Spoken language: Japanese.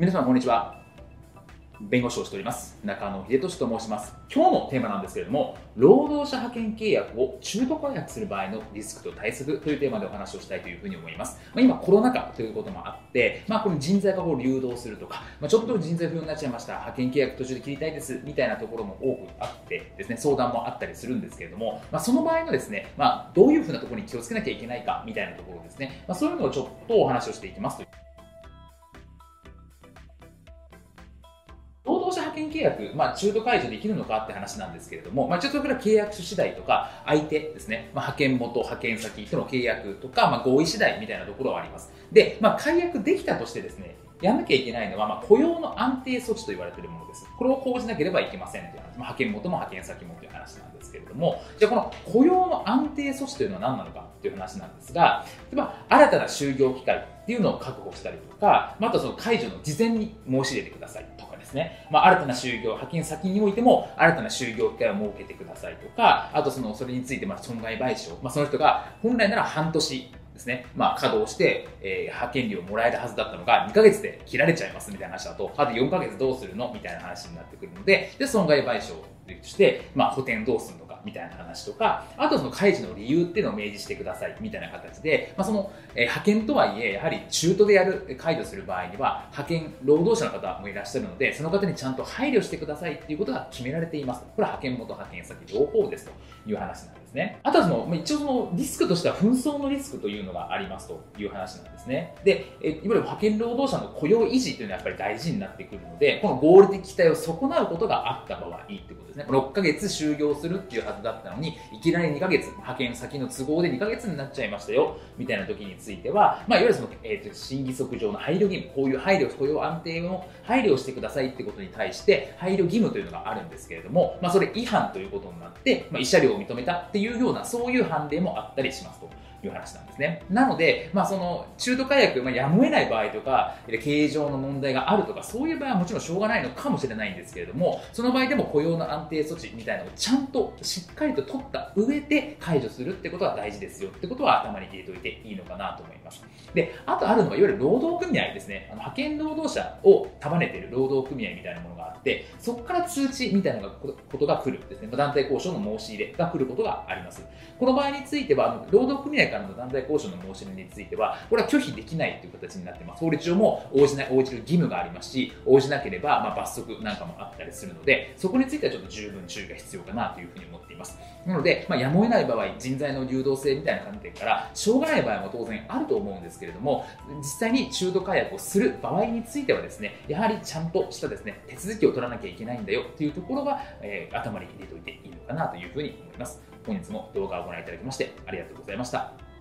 皆様こんにちは。弁護士をしております中野秀俊と申します。今日のテーマなんですけれども、労働者派遣契約を中途解約する場合のリスクと対策というテーマでお話をしたいというふうに思います。今コロナ禍ということもあって、この人材が流動するとか、ちょっと人材不要になっちゃいました、派遣契約途中で切りたいですみたいなところも多くあってですね、相談もあったりするんですけれども、その場合のですね、どういうふうなところに気をつけなきゃいけないかみたいなところですね、そういうのをちょっとお話をしていきます。労働者派遣契約、中途解除できるのかって話なんですけれども、ちょっとこれは契約書次第とか、相手ですね、派遣元、派遣先との契約とか、合意次第みたいなところはあります。で、解約できたとしてですね、やらなきゃいけないのは、雇用の安定措置と言われているものです。これを講じなければいけませんという話、派遣元も派遣先もという話なんですけれども、じゃあこの雇用の安定措置というのは何なのかという話なんですが、例えば新たな就業機会っていうのを確保したりとか、あとはその解除の事前に申し出てくださいとかですね、新たな就業、派遣先においても新たな就業機会を設けてくださいとか、あとそれについて損害賠償、その人が本来なら半年ですね、稼働して、派遣料をもらえるはずだったのが2ヶ月で切られちゃいますみたいな話だと、あと4ヶ月どうするのみたいな話になってくるので、損害賠償として、補填どうするのかみたいな話とか、あとはその解除の理由っていうのを明示してくださいみたいな形で、派遣とはいえやはり中途で解除する場合には派遣労働者の方もいらっしゃるので、その方にちゃんと配慮してくださいっていうことが決められています。これは派遣元派遣先両方ですという話なんですね。あとは一応リスクとしては紛争のリスクというのがありますという話なんですね。で、いわゆる派遣労働者の雇用維持というのはやっぱり大事になってくるので、この合理的期待を損なうことがあった場合っていうことですね。6ヶ月就業するっていうはずだったのに、いきなり2ヶ月、派遣先の都合で2ヶ月になっちゃいましたよみたいな時については、いわゆる審議則上の配慮義務、こういう配慮、雇用安定の配慮をしてくださいってことに対して配慮義務というのがあるんですけれども、それ違反ということになって、慰謝料を認めたっていうような、そういう判例もあったりしますという話なんですね。なので、その中途解約、やむを得ない場合とか、経営上の問題があるとか、そういう場合はもちろんしょうがないのかもしれないんですけれども、その場合でも雇用の安定措置みたいなのをちゃんとしっかりと取った上で解除するってことが大事ですよってことは頭に入れておいていいのかなと思います。で、あとあるのが、いわゆる労働組合ですね。派遣労働者を束ねている労働組合みたいなものがあって、そこから通知みたいなことが来るんですね。団体交渉の申し入れが来ることがあります。この場合については、労働組合からの団体交渉の申し入れについては、これは拒否できないという形になっています。法律上も応じる義務がありますし、応じなければ罰則なんかもあったりするので、そこについてはちょっと十分注意が必要かなというふうに思っています。なので、やむを得ない場合、人材の流動性みたいな観点から、しょうがない場合も当然あると思うんですけれども、実際に中途解約をする場合についてはですね、やはりちゃんとしたですね、手続きを取らなきゃいけないんだよというところは、頭に入れておいていいのかなというふうに思います。本日も動画をご覧いただきましてありがとうございました。